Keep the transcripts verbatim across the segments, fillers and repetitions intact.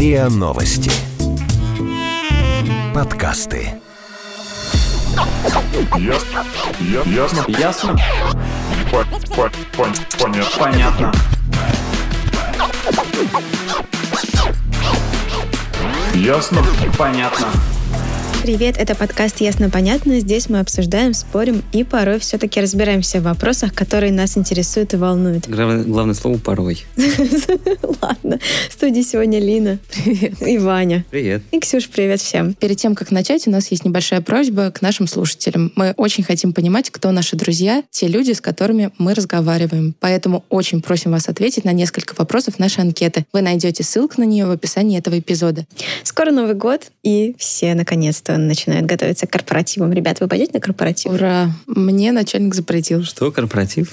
РИА Новости. Подкасты. Ясно. Ясно. Ясно. Понятно. Понятно. Ясно. Понятно. Привет, это подкаст «Ясно-понятно». Здесь мы обсуждаем, спорим и порой все-таки разбираемся в вопросах, которые нас интересуют и волнуют. Главное, главное слово «порой». Ладно. В студии сегодня Лина. Привет. И Ваня. Привет. И Ксюш, привет всем. Перед тем, как начать, у нас есть небольшая просьба к нашим слушателям. Мы очень хотим понимать, кто наши друзья, те люди, с которыми мы разговариваем. Поэтому очень просим вас ответить на несколько вопросов нашей анкеты. Вы найдете ссылку на нее в описании этого эпизода. Скоро Новый год, и все, наконец-то, начинают готовиться к корпоративам. Ребят, вы пойдете на корпоратив? Ура! Мне начальник запретил. Что, корпоратив?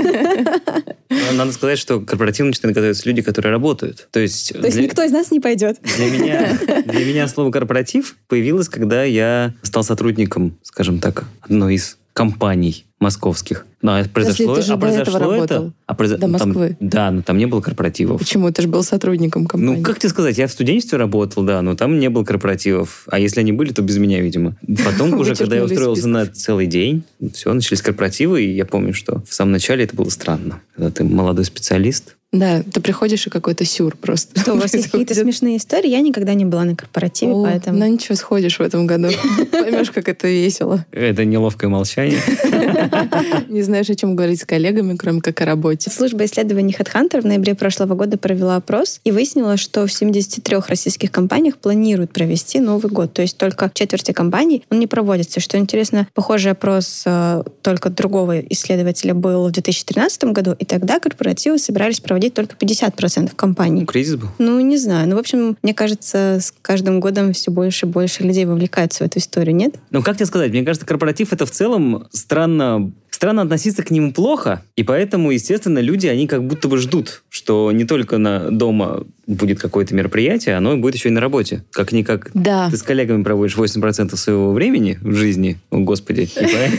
Надо сказать, что к корпоративу начинают готовиться люди, которые работают. То есть, То есть никто из нас не пойдет? Для меня, для меня слово «корпоратив» появилось, когда я стал сотрудником, скажем так, одной из компаний московских. Ну, а произошло, ты же а до произошло этого это... работал. А произ... До Москвы. Там, да, но там не было корпоративов. Почему? Ты же был сотрудником компании. Ну, как тебе сказать, я в студенчестве работал, да, но там не было корпоративов. А если они были, то без меня, видимо. Потом уже, когда я устроился на целый день, все, начались корпоративы, и я помню, что в самом начале это было странно. Когда ты молодой специалист. Да, ты приходишь, и какой-то сюр просто. Что, у вас есть какие-то смешные истории? Я никогда не была на корпоративе, О, поэтому... Ну ничего, сходишь в этом году. Поймешь, как это весело. Это неловкое молчание. Не знаешь, о чем говорить с коллегами, кроме как о работе. Служба исследований HeadHunter в ноябре прошлого года провела опрос и выяснила, что в семидесяти трёх российских компаниях планируют провести Новый год. То есть только в четверти компаний он не проводится. Что интересно, похожий опрос э, только другого исследователя был в две тысячи тринадцатом году, и тогда корпоративы собирались проводить только пятьдесят процентов компаний. Кризис был? Ну, не знаю. Ну, в общем, мне кажется, с каждым годом все больше и больше людей вовлекаются в эту историю, нет? Ну, как тебе сказать? Мне кажется, корпоратив — это в целом странно... Странно относиться к нему плохо, и поэтому, естественно, люди, они как будто бы ждут, что не только на дома будет какое-то мероприятие, оно будет еще и на работе. Как-никак Да. ты с коллегами проводишь восемь процентов своего времени в жизни, о, Господи.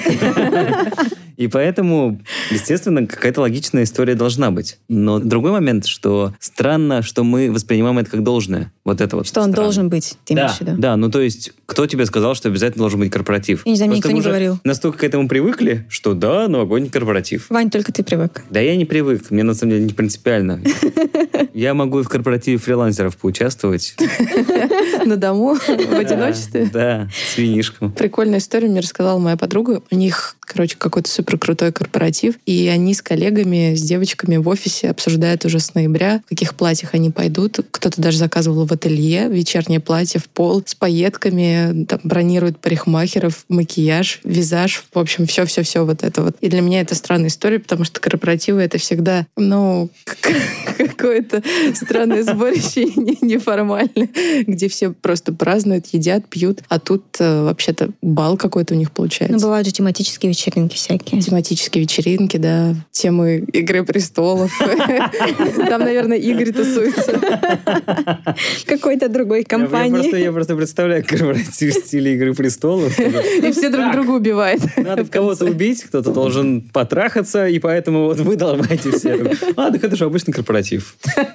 И поэтому, естественно, какая-то логичная история должна быть. Но другой момент, что странно, что мы воспринимаем это как должное. Вот это вот Что он странно. должен быть, ты Да, имеешь в виду? да, ну то есть, кто тебе сказал, что обязательно должен быть корпоратив? Я не знаю, мне Просто никто не мы уже говорил. настолько к этому привыкли, что да, новогодний корпоратив. Вань, только ты привык. Да я не привык, мне на самом деле не принципиально. Я могу и в корпоративе фрилансеров поучаствовать. На дому, в одиночестве. Да, с винишком. Прикольную историю мне рассказала моя подруга. У них, короче, какой-то супер крутой корпоратив, и они с коллегами, с девочками в офисе обсуждают уже с ноября, в каких платьях они пойдут. Кто-то даже заказывал в ателье вечернее платье в пол с пайетками, там, бронируют парикмахеров, макияж, визаж, в общем, все-все-все вот это вот. И для меня это странная история, потому что корпоративы — это всегда, ну, какое-то странное сборище неформальное, где все просто празднуют, едят, пьют, а тут вообще-то бал какой-то у них получается. Ну, бывают же тематические вечеринки всякие. Тематические вечеринки, да, темы «Игры престолов». Там, наверное, Игорь тусуется. Какой-то другой компании. Я просто представляю корпоратив в стиле «Игры престолов». И все друг друга убивают. Надо кого-то убить, кто-то должен потрахаться, и поэтому вот вы долбаете все. А, так это же обычный корпоратив.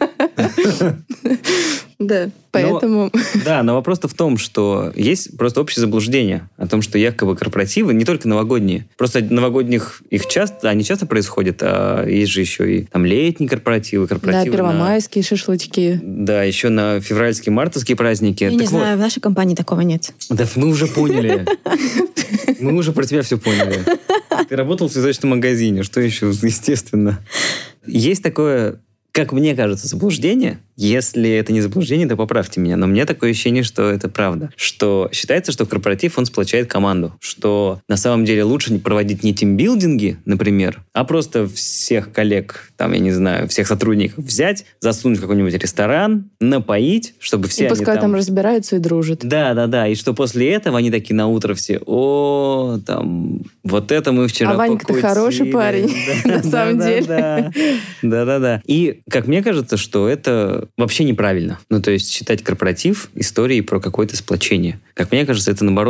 Да, поэтому... Но, да, но вопрос-то в том, что есть просто общее заблуждение о том, что якобы корпоративы, не только новогодние, просто новогодних их часто, они часто происходят, а есть же еще и там летние корпоративы, корпоративы. Да, первомайские на, шашлычки. Да, еще на февральские, мартовские праздники. Я так не вот, знаю, в нашей компании такого нет. Да мы уже поняли. Мы уже про тебя все поняли. Ты работал в цветочном магазине, что еще, естественно. Есть такое... Как мне кажется, заблуждение, если это не заблуждение, то поправьте меня, но мне такое ощущение, что это правда. Что считается, что корпоратив, он сплочает команду. Что на самом деле лучше проводить не тимбилдинги, например, а просто всех коллег, там, я не знаю, всех сотрудников взять, засунуть в какой-нибудь ресторан, напоить, чтобы все И они пускай там... там разбираются и дружат. Да, да, да. И что после этого они такие на утро все: о, там, вот это мы вчера А Ванька-то покутили». хороший парень, на самом деле. Да, да, да. И как мне кажется, что это вообще неправильно. Ну, то есть считать корпоратив историей про какое-то сплочение. Как мне кажется, это, наоборот,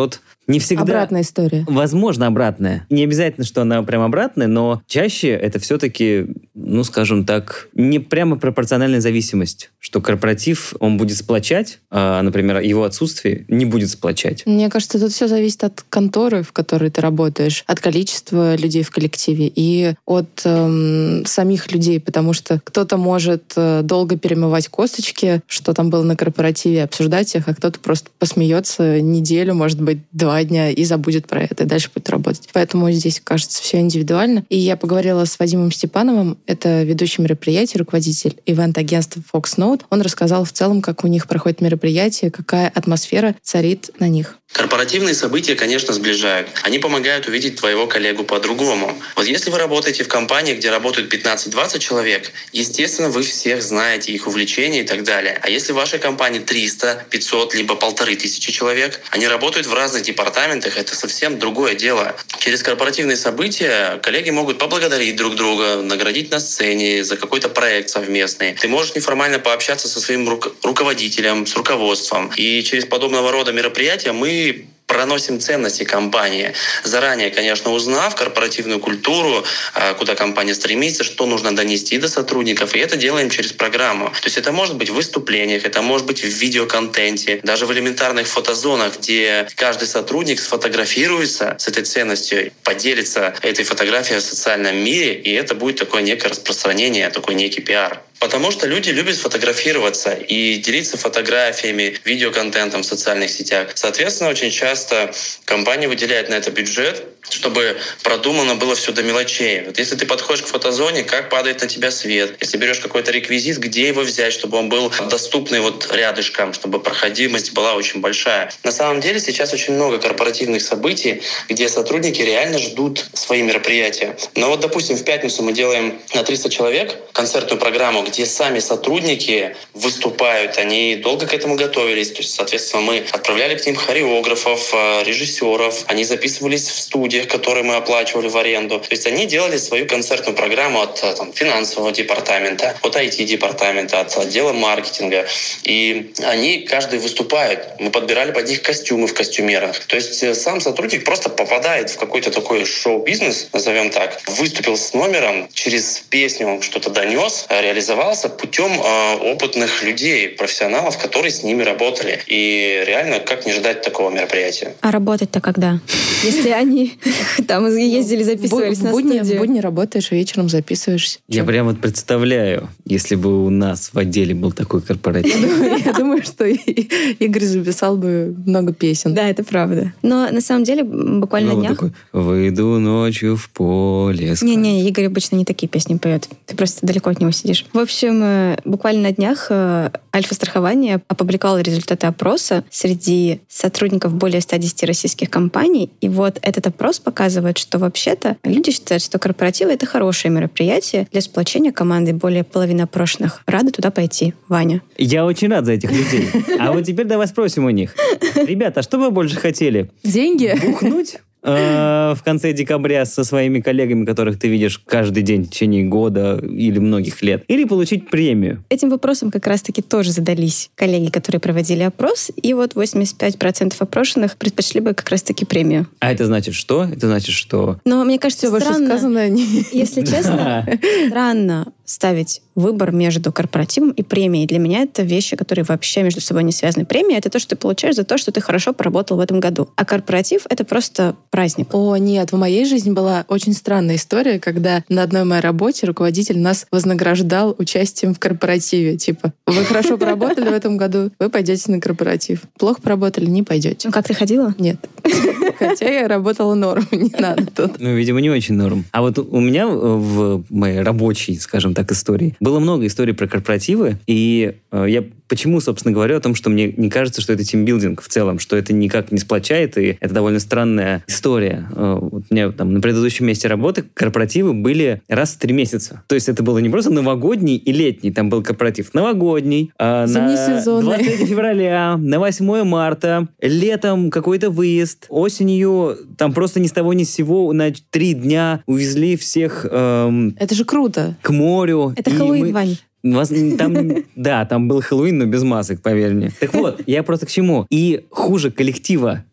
Не всегда. Обратная история. Возможно, обратная. Не обязательно, что она прям обратная, но чаще это все-таки, ну, скажем так, не прямо пропорциональная зависимость, что корпоратив, он будет сплочать, а, например, его отсутствие не будет сплочать. Мне кажется, тут все зависит от конторы, в которой ты работаешь, от количества людей в коллективе и от эм, самих людей, потому что кто-то может э, долго перемывать косточки, что там было на корпоративе, обсуждать их, а кто-то просто посмеется неделю, может быть, два дня и забудет про это, и дальше будет работать. Поэтому здесь, кажется, все индивидуально. И я поговорила с Вадимом Степановым, это ведущий мероприятий, руководитель ивент-агентства Foxnote. Он рассказал в целом, как у них проходит мероприятие, какая атмосфера царит на них. Корпоративные события, конечно, сближают. Они помогают увидеть твоего коллегу по-другому. Вот если вы работаете в компании, где работают пятнадцать-двадцать человек, естественно, вы всех знаете, их увлечения и так далее. А если в вашей компании триста, пятьсот, либо полторы тысячи человек, они работают в разных департаментах, это совсем другое дело. Через корпоративные события коллеги могут поблагодарить друг друга, наградить на сцене за какой-то проект совместный. Ты можешь неформально пообщаться со своим ру- руководителем, с руководством. И через подобного рода мероприятия мы проносим ценности компании. Заранее, конечно, узнав корпоративную культуру, куда компания стремится, что нужно донести до сотрудников, и это делаем через программу. То есть это может быть в выступлениях, это может быть в видеоконтенте, даже в элементарных фотозонах, где каждый сотрудник сфотографируется с этой ценностью, поделится этой фотографией в социальном мире, и это будет такое некое распространение, такой некий пиар. Потому что люди любят фотографироваться и делиться фотографиями, видеоконтентом в социальных сетях. Соответственно, очень часто компания выделяет на это бюджет, чтобы продумано было все до мелочей. Вот если ты подходишь к фотозоне, как падает на тебя свет. Если берешь какой-то реквизит, где его взять, чтобы он был доступный вот рядышком, чтобы проходимость была очень большая. На самом деле сейчас очень много корпоративных событий, где сотрудники реально ждут свои мероприятия. Но вот, допустим, в пятницу мы делаем на триста человек концертную программу, где сами сотрудники выступают, они долго к этому готовились. То есть, соответственно, мы отправляли к ним хореографов, режиссеров, они записывались в студиях, которые мы оплачивали в аренду. То есть они делали свою концертную программу от там, финансового департамента, от ай ти-департамента, от отдела маркетинга. И они каждый выступают. Мы подбирали под них костюмы в костюмерах. То есть сам сотрудник просто попадает в какой-то такой шоу-бизнес, назовем так, выступил с номером, через песню что-то донес, реализовался путем э, опытных людей, профессионалов, которые с ними работали. И реально, как не ждать такого мероприятия? А работать-то когда? Если они там ездили, записывались на студию. В будни работаешь, а вечером записываешься. Я прям вот представляю, если бы у нас в отделе был такой корпоратив. Я думаю, что Игорь записал бы много песен. Да, это правда. Но на самом деле буквально на днях... «Выйду ночью в поле». Не-не, Игорь обычно не такие песни поет. Ты просто далеко от него сидишь. В общем, буквально на днях Альфа-страхование опубликовало результаты опроса среди сотрудников более ста десяти российских компаний. И вот этот опрос показывает, что вообще-то люди считают, что корпоративы — это хорошее мероприятие для сплочения команды. Более половины опрошенных рады туда пойти. Ваня. Я очень рад за этих людей. А вот теперь давай спросим у них. Ребята, а что вы больше хотели? Деньги? Бухнуть? в конце декабря со своими коллегами, которых ты видишь каждый день в течение года или многих лет, или получить премию? Этим вопросом как раз-таки тоже задались коллеги, которые проводили опрос, и вот восемьдесят пять процентов опрошенных предпочли бы как раз-таки премию. А это значит что? Это значит, что... Но мне кажется, все странно, сказанное не... если честно, странно ставить выбор между корпоративом и премией. Для меня это вещи, которые вообще между собой не связаны. Премия — это то, что ты получаешь за то, что ты хорошо поработал в этом году. А корпоратив — это просто праздник. О, нет, в моей жизни была очень странная история, когда на одной моей работе руководитель нас вознаграждал участием в корпоративе. Типа, вы хорошо поработали в этом году, вы пойдете на корпоратив. Плохо поработали, не пойдете. Ну, как ты ходила? Нет. Хотя я работала норм, не надо тут. Ну, видимо, не очень норм. А вот у меня в моей рабочей, скажем так, истории было много историй про корпоративы, и э, я почему, собственно, говорю о том, что мне не кажется, что это тимбилдинг в целом, что это никак не сплочает, и это довольно странная история. Э, вот у меня там на предыдущем месте работы корпоративы были раз в три месяца. То есть это было не просто новогодний и летний, там был корпоратив новогодний, э, на двадцать третьего февраля, на восьмое марта, летом какой-то выезд, осенью там просто ни с того ни с сего на три дня увезли всех... Эм, это же круто. К морю. Это Хэллоуин, мы... Вань. Там, да, там был Хэллоуин, но без масок, поверь мне. Так вот, я просто к чему. И хуже коллектива,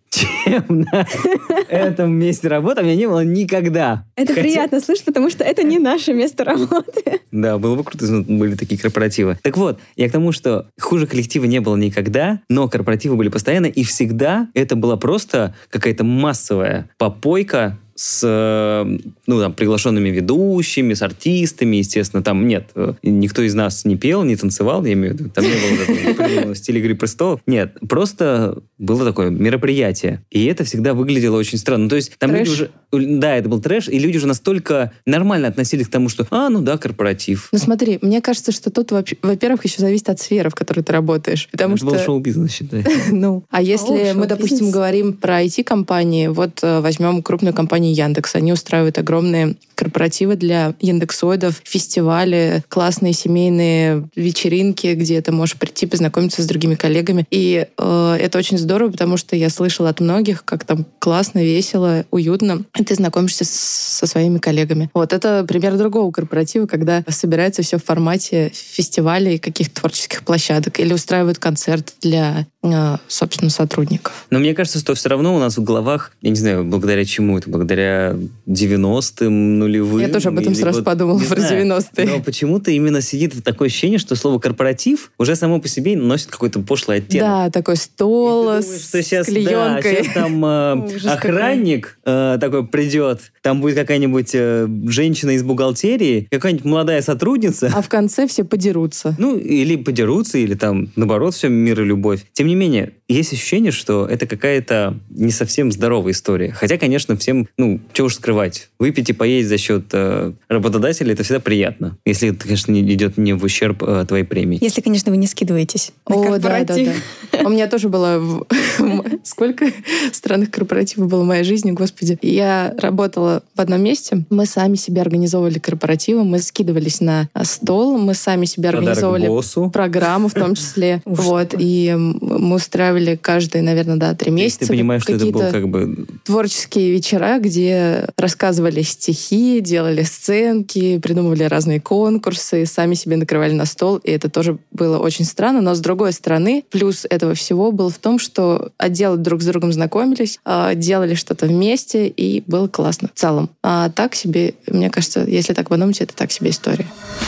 чем на этом месте работы у меня не было никогда. Это Хотя- приятно слышать, потому что это не наше место работы. Да, было бы круто, если были такие корпоративы. Так вот, я к тому, что хуже коллектива не было никогда, но корпоративы были постоянно, и всегда это была просто какая-то массовая попойка с э, ну, там, приглашенными ведущими, с артистами, естественно. Там нет, э, никто из нас не пел, не танцевал, я имею в виду. Там не было вот этого стиля «Игры престолов». Нет, просто было такое мероприятие. И это всегда выглядело очень странно. Ну, то есть там Трэш. люди уже... Да, это был трэш, и люди уже настолько нормально относились к тому, что, а, ну да, корпоратив. Ну смотри, мне кажется, что тут, вообще- во-первых, еще зависит от сферы, в которой ты работаешь. Потому Это что... был шоу-бизнес, считай. Ну, а если О, мы, допустим, шоу-бизнес. говорим про ай ти-компании, вот э, возьмем крупную компанию Яндекс. Они устраивают огромные корпоративы для яндексоидов, фестивали, классные семейные вечеринки, где ты можешь прийти, познакомиться с другими коллегами. И э, это очень здорово, потому что я слышала от многих, как там классно, весело, уютно, и ты знакомишься с- со своими коллегами. Вот это пример другого корпоратива, когда собирается все в формате фестивалей, каких-то творческих площадок, или устраивают концерт для, э, собственно, сотрудников. Но мне кажется, что все равно у нас в головах, я не знаю, благодаря чему это, благодаря девяностым, нулевым. Я тоже об этом или сразу вот, подумала не про знаю. девяностые. Но почему-то именно сидит такое ощущение, что слово «корпоратив» уже само по себе носит какой-то пошлый оттенок. Да, такой стол И ты с, думаешь, что сейчас, с клеенкой. Да, сейчас там э, Ужас охранник э, такой придет, там будет какая-нибудь э, женщина из бухгалтерии, какая-нибудь молодая сотрудница. А в конце все подерутся. Ну, или подерутся, или там, наоборот, все мир и любовь. Тем не менее, есть ощущение, что это какая-то не совсем здоровая история. Хотя, конечно, всем, ну, чего уж скрывать. Выпить и поесть за счет э, работодателя, это всегда приятно. Если это, конечно, не идет не в ущерб э, твоей премии. Если, конечно, вы не скидываетесь на О, да, да, корпоратив. да. У меня тоже было... в- Сколько странных корпоративов было в моей жизни, господи. Я работала в одном месте. Мы сами себе организовывали корпоративы, мы скидывались на стол, мы сами себе Подарок организовывали боссу. программу в том числе. Ужас Вот. какой. И мы устраивали каждые, наверное, да, три То есть месяца ты понимаешь, что это был какие-то как бы... творческие вечера, где рассказывали стихи, делали сценки, придумывали разные конкурсы, сами себе накрывали на стол, и это тоже было очень странно. Но с другой стороны, плюс этого всего был в том, что отделы друг с другом знакомились, а, делали что-то вместе, и было классно в целом. А так себе, мне кажется, если так подумать, это так себе история.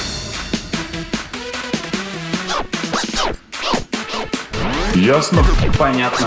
Ясно? Понятно.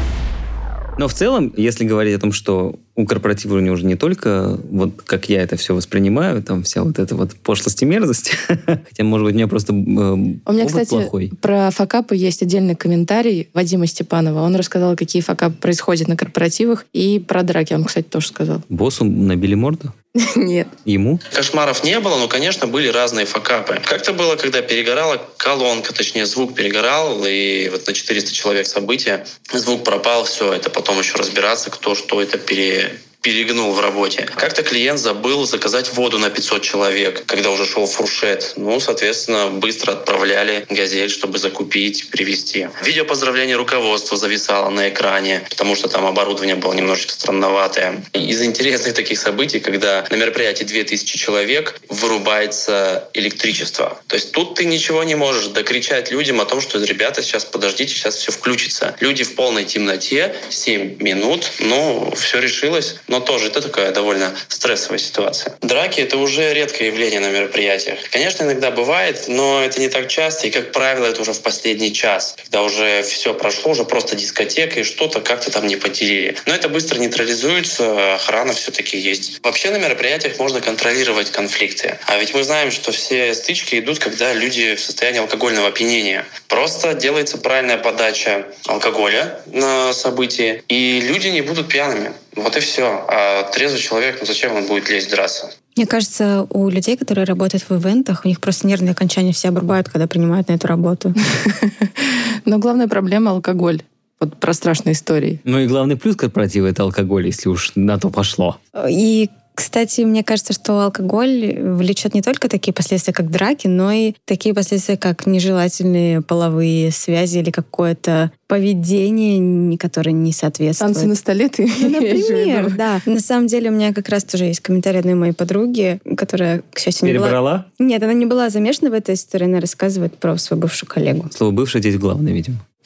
Но в целом, если говорить о том, что у корпоратива уже не только, вот как я это все воспринимаю, там вся вот эта вот пошлость и мерзость, хотя, может быть, у меня просто э, У меня, опыт кстати, плохой. про факапы есть отдельный комментарий Вадима Степанова. Он рассказал, какие факапы происходят на корпоративах, и про драки он, кстати, тоже сказал. Боссу набили морду? Нет. Ему? Кошмаров не было, но, конечно, были разные факапы. Как-то было, когда перегорала колонка, точнее, звук перегорал, и вот на четыреста человек события звук пропал, все, это потом еще разбираться, кто что это пере... перегнул в работе. Как-то клиент забыл заказать воду на пятьсот человек, когда уже шел фуршет. Ну, соответственно, быстро отправляли газель, чтобы закупить, привезти. Видео поздравления руководства зависало на экране, потому что там оборудование было немножечко странноватое. Из интересных таких событий, когда на мероприятии две тысячи человек вырубается электричество. То есть тут ты ничего не можешь докричать людям о том, что, ребята, сейчас подождите, сейчас все включится. Люди в полной темноте, семь минут, ну, все решилось. Но тоже это такая довольно стрессовая ситуация. Драки — это уже редкое явление на мероприятиях. Конечно, иногда бывает, но это не так часто. И, как правило, это уже в последний час, когда уже все прошло, уже просто дискотека, и что-то как-то там не поделили. Но это быстро нейтрализуется, охрана все-таки есть. Вообще на мероприятиях можно контролировать конфликты. А ведь мы знаем, что все стычки идут, когда люди в состоянии алкогольного опьянения. Просто делается правильная подача алкоголя на событии, и люди не будут пьяными. Вот и все. А трезвый человек, ну зачем он будет лезть драться? Мне кажется, у людей, которые работают в ивентах, у них просто нервные окончания все обрубают, когда принимают на эту работу. Но главная проблема — алкоголь. Вот про страшные истории. Ну и главный плюс корпоратива — это алкоголь, если уж на то пошло. И, кстати, мне кажется, что алкоголь влечет не только такие последствия, как драки, но и такие последствия, как нежелательные половые связи или какое-то поведение, которое не соответствует. Танцы на столе ты Ну, имеешь в например, виду? да. На самом деле у меня как раз тоже есть комментарий одной моей подруги, которая, к счастью, не была... Перебрала? Нет, она не была замешана в этой истории, она рассказывает про свою бывшую коллегу. Слово «бывший» здесь главное, видимо.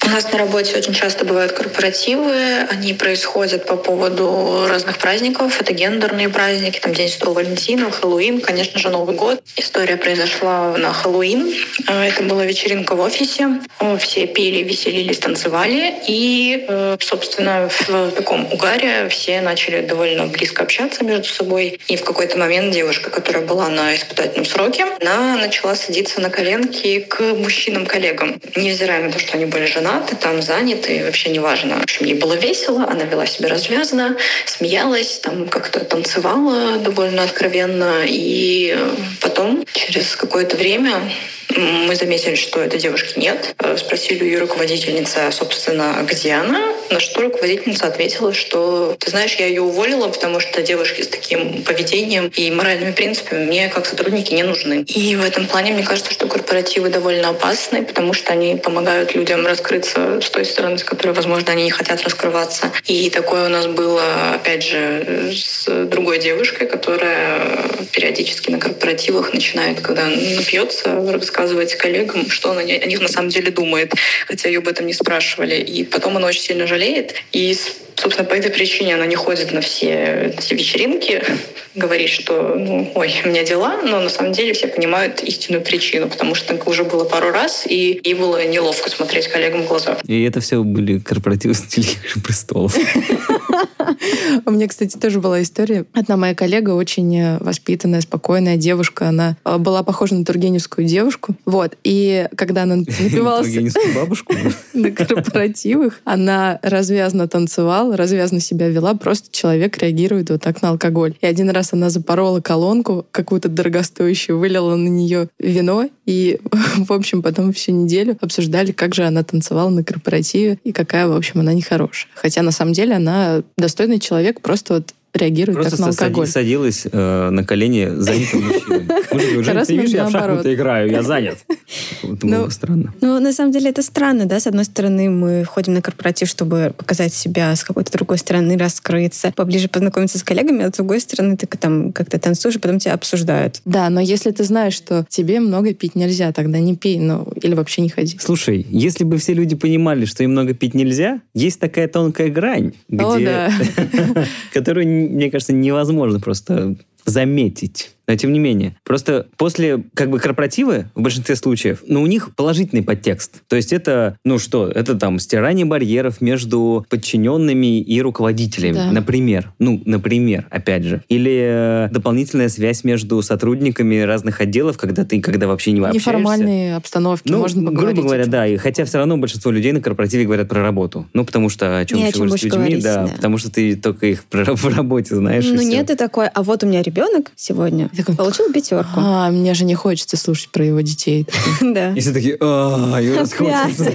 У нас на работе очень часто бывают корпоративы. Они происходят по поводу разных праздников. Это гендерные праздники, там День Святого Валентина, Хэллоуин, конечно же, Новый год. История произошла на Хэллоуин. Это была вечеринка в офисе. Все пели, веселились, танцевали. И, собственно, в таком угаре все начали довольно близко общаться между собой. И в какой-то момент девушка, которая была на испытательном сроке, она начала садиться на коленки к мужчинам-коллегам. Невзирая на то, что они были женаты, там заняты, вообще неважно. В общем, ей было весело, она вела себя развязно, смеялась, там как-то танцевала довольно откровенно. И потом, через какое-то время, мы заметили, что этой девушки нет. Спросили у ее руководительницы, собственно, где она? На что руководительница ответила, что, ты знаешь, я ее уволила, потому что девушки с таким поведением и моральными принципами мне как сотрудники не нужны. И в этом плане мне кажется, что корпоративы довольно опасны, потому что они помогают людям раскрыться с той стороны, с которой, возможно, они не хотят раскрываться. И такое у нас было, опять же, с другой девушкой, которая периодически на корпоративах начинает, когда напьется, рассказывать коллегам, что она о них на самом деле думает, хотя ее об этом не спрашивали. И потом она очень сильно жалеет. И, собственно, по этой причине она не ходит на все эти вечеринки, говорит, что, ну, ой, у меня дела, но на самом деле все понимают истинную причину, потому что так уже было пару раз, и ей было неловко смотреть коллегам в глаза. И это все были корпоративы с «Игры престолов». У меня, кстати, тоже была история. Одна моя коллега, очень воспитанная, спокойная девушка, она была похожа на тургеневскую девушку. Вот. И когда она напивалась Тургеневскую бабушку на корпоративах, она развязно танцевала, развязно себя вела, просто человек реагирует вот так на алкоголь. И один раз она запорола колонку какую-то дорогостоящую, вылила на нее вино, и, в общем, потом всю неделю обсуждали, как же она танцевала на корпоративе и какая, в общем, она нехорошая. Хотя, на самом деле, она достойный человек, просто вот реагирует просто так на алкоголь. Просто садилась э, на колени занятым мужчиной. Мужик, ты видишь, я в шахматы играю, я занят. Это было странно. Ну, на самом деле, это странно, да? С одной стороны, мы ходим на корпоратив, чтобы показать себя с какой-то другой стороны, раскрыться, поближе познакомиться с коллегами, а с другой стороны, ты там как-то танцуешь, и потом тебя обсуждают. Да, но если ты знаешь, что тебе много пить нельзя, тогда не пей, ну, или вообще не ходи. Слушай, если бы все люди понимали, что им много пить нельзя, есть такая тонкая грань, где, которую, мне кажется, невозможно просто заметить. Но тем не менее. Просто после как бы корпоративы, в большинстве случаев, ну, у них положительный подтекст. То есть это, ну что, это там стирание барьеров между подчиненными и руководителями. Да. Например. Ну, например, опять же. Или э, дополнительная связь между сотрудниками разных отделов, когда ты, когда вообще не общаешься. Неформальные обстановки, ну, можно поговорить. Грубо говоря, да. И хотя все равно большинство людей на корпоративе говорят про работу. Ну, потому что о чем не еще говоришь с людьми, говорить, да, да. Потому что ты только их про, по работе знаешь. Ну, нет, ты такой, а вот у меня ребенок сегодня получил пятерку. А, мне же не хочется слушать про его детей. Да. И все такие, а, и расходятся.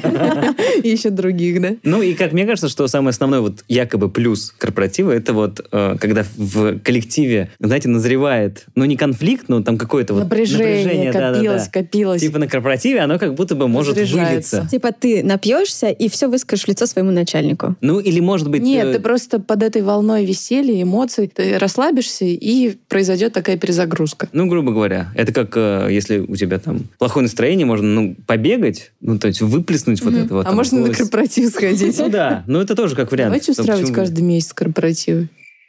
И еще других, да? Ну, и как мне кажется, что самый основной вот якобы плюс корпоратива, это вот когда в коллективе, знаете, назревает, ну, не конфликт, но там какое-то вот напряжение, копилось, копилось. Типа на корпоративе оно как будто бы может вылиться. Типа ты напьешься и все выскажешь в лицо своему начальнику. Ну, или может быть... Нет, ты просто под этой волной веселья, эмоций, ты расслабишься, и произойдет такая перезагрузка. Ну, грубо говоря, это как э, если у тебя там плохое настроение, можно, ну, побегать, ну, то есть выплеснуть mm-hmm. вот это вот. А можно злость. на корпоратив сходить. Ну да, но это тоже как вариант. Давайте устраивать каждый месяц корпоративы.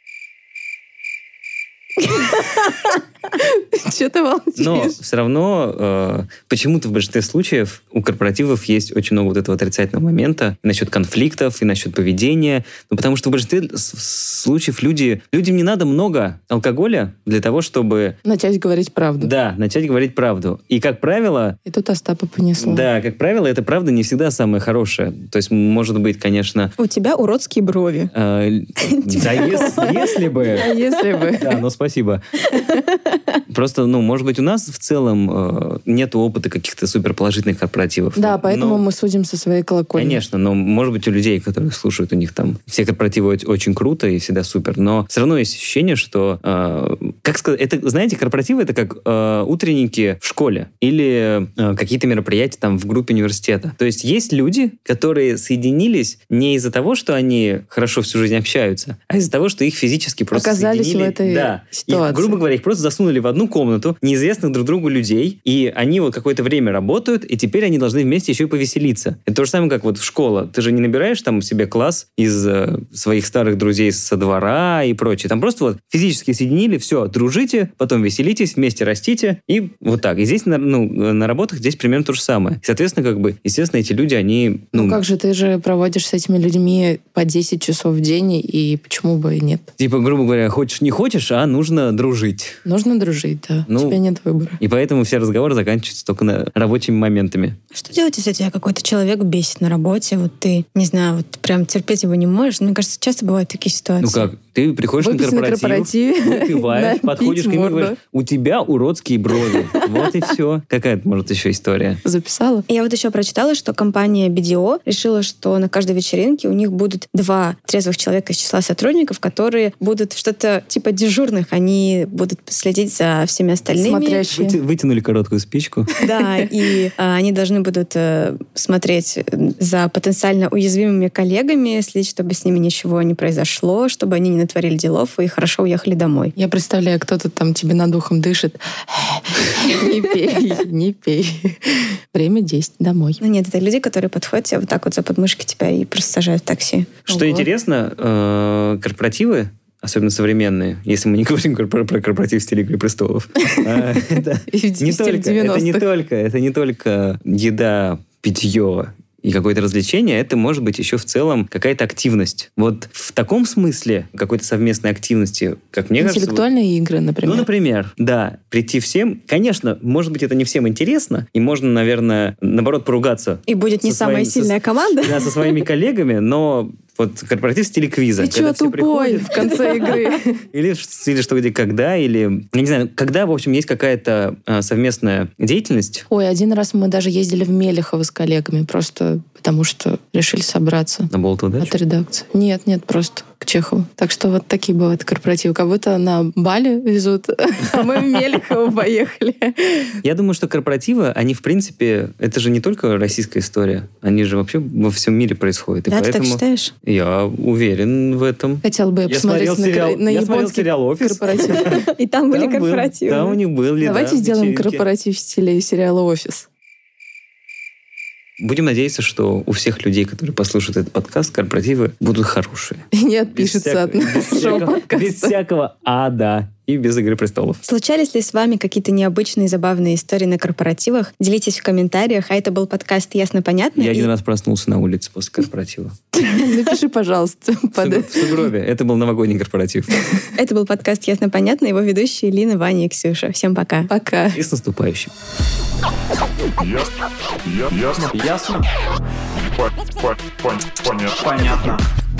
Че ты молчишь? Но все равно э, почему-то в большинстве случаев у корпоративов есть очень много вот этого отрицательного момента и насчет конфликтов, и насчет поведения. Ну, потому что в большинстве случаев люди, людям не надо много алкоголя для того, чтобы... Начать говорить правду. Да, начать говорить правду. И, как правило... И тут Остапа понесло. Да, как правило, эта правда не всегда самая хорошая. То есть, может быть, конечно... У тебя уродские брови. Да, если бы... Если бы. Да, ну спасибо. Просто, ну, может быть, у нас в целом э, нет опыта каких-то суперположительных корпоративов. Да, поэтому но... мы судим со своей колокольни. Конечно, но, может быть, у людей, которые слушают, у них там все корпоративы очень круто и всегда супер, но все равно есть ощущение, что, э, как сказать, это, знаете, корпоративы — это как э, утренники в школе или э, какие-то мероприятия там в группе университета. То есть есть люди, которые соединились не из-за того, что они хорошо всю жизнь общаются, а из-за того, что их физически просто оказались соединили. в этой да. ситуации. И, грубо говоря, их просто засунули в одну комнату неизвестных друг другу людей, и они вот какое-то время работают, и теперь они должны вместе еще и повеселиться. Это то же самое, как вот в школе. Ты же не набираешь там себе класс из э, своих старых друзей со двора и прочее. Там просто вот физически соединили, все, дружите, потом веселитесь, вместе растите, и вот так. И здесь на, ну, на работах здесь примерно то же самое. И, соответственно, как бы, естественно, эти люди, они... Ну, ну как же, ты же проводишь с этими людьми по десять часов в день, и почему бы и нет? Типа, грубо говоря, хочешь не хочешь, а нужно дружить. Нужно дружить, да. Ну, у тебя нет выбора. И поэтому все разговоры заканчиваются только на рабочими моментами. Что делать, если тебя какой-то человек бесит на работе? Вот ты, не знаю, вот прям терпеть его не можешь. Мне кажется, часто бывают такие ситуации. Ну как? Ты приходишь Выпить на корпоратив, выпиваешь, подходишь к нему и говоришь, у тебя уродские брови. Вот и все. Какая-то, может, еще история. Записала? Я вот еще прочитала, что компания би ди о решила, что на каждой вечеринке у них будут два трезвых человека из числа сотрудников, которые будут что-то типа дежурных. Они будут следить за всеми остальными. Смотрящие. Выти- вытянули короткую спичку. Да, и а, они должны будут а, смотреть за потенциально уязвимыми коллегами, следить, чтобы с ними ничего не произошло, чтобы они не натворили делов и хорошо уехали домой. Я представляю, кто-то там тебе над ухом дышит. Не пей, не пей. Время десять, домой. Ну нет, это люди, которые подходят тебе вот так вот за подмышки тебя и просто сажают в такси. Что интересно, э, корпоративы, особенно современные, если мы не говорим про, про корпоратив в стиле «Игры престолов», это не только, это не только еда, питье и какое-то развлечение, это может быть еще в целом какая-то активность. Вот в таком смысле какой-то совместной активности, как мне кажется... Интеллектуальные игры, например. Ну, например, да. Прийти всем. Конечно, может быть, это не всем интересно, и можно, наверное, наоборот, поругаться. И будет не самая сильная команда. Да, со своими коллегами, но... Вот корпоратив в стиле квиза. Ты что, тупой в конце игры? Или в стиле что, где, когда, или... Я не знаю, когда, в общем, есть какая-то а, совместная деятельность. Ой, один раз мы даже ездили в Мелехово с коллегами, просто потому что решили собраться. На Болт удачи? От редакции. Нет, нет, просто к Чехову. Так что вот такие бывают корпоративы. Как будто на Бали везут, а мы в Мелехово поехали. Я думаю, что корпоративы, они, в принципе, это же не только российская история. Они же вообще во всем мире происходят. Да, ты так считаешь? Я уверен в этом. Хотел бы я посмотреть на, сериал, на японский корпоратив. И там были корпоративы. Там у них были, Давайте сделаем корпоратив в стиле сериала «Офис». Будем надеяться, что у всех людей, которые послушают этот подкаст, корпоративы будут хорошие. И не отпишутся от нашего подкаста. Без всякого ада и без «Игры престолов». Случались ли с вами какие-то необычные, забавные истории на корпоративах? Делитесь в комментариях. А это был подкаст «Ясно-понятно». Я и... один раз проснулся на улице после корпоратива. Напиши, пожалуйста. В сугробе. Это был новогодний корпоратив. Это был подкаст «Ясно-понятно». Его ведущие Лина, Ваня и Ксюша. Всем пока. Пока. И с наступающим. Ясно? Ясно? Понятно.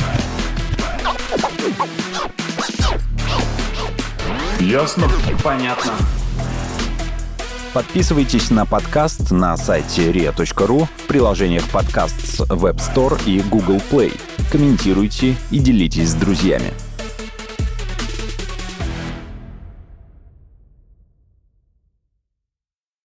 Ясно? Понятно. Подписывайтесь на подкаст на сайте риа точка ру, в приложениях подкаст с Web Store и Google Play. Комментируйте и делитесь с друзьями.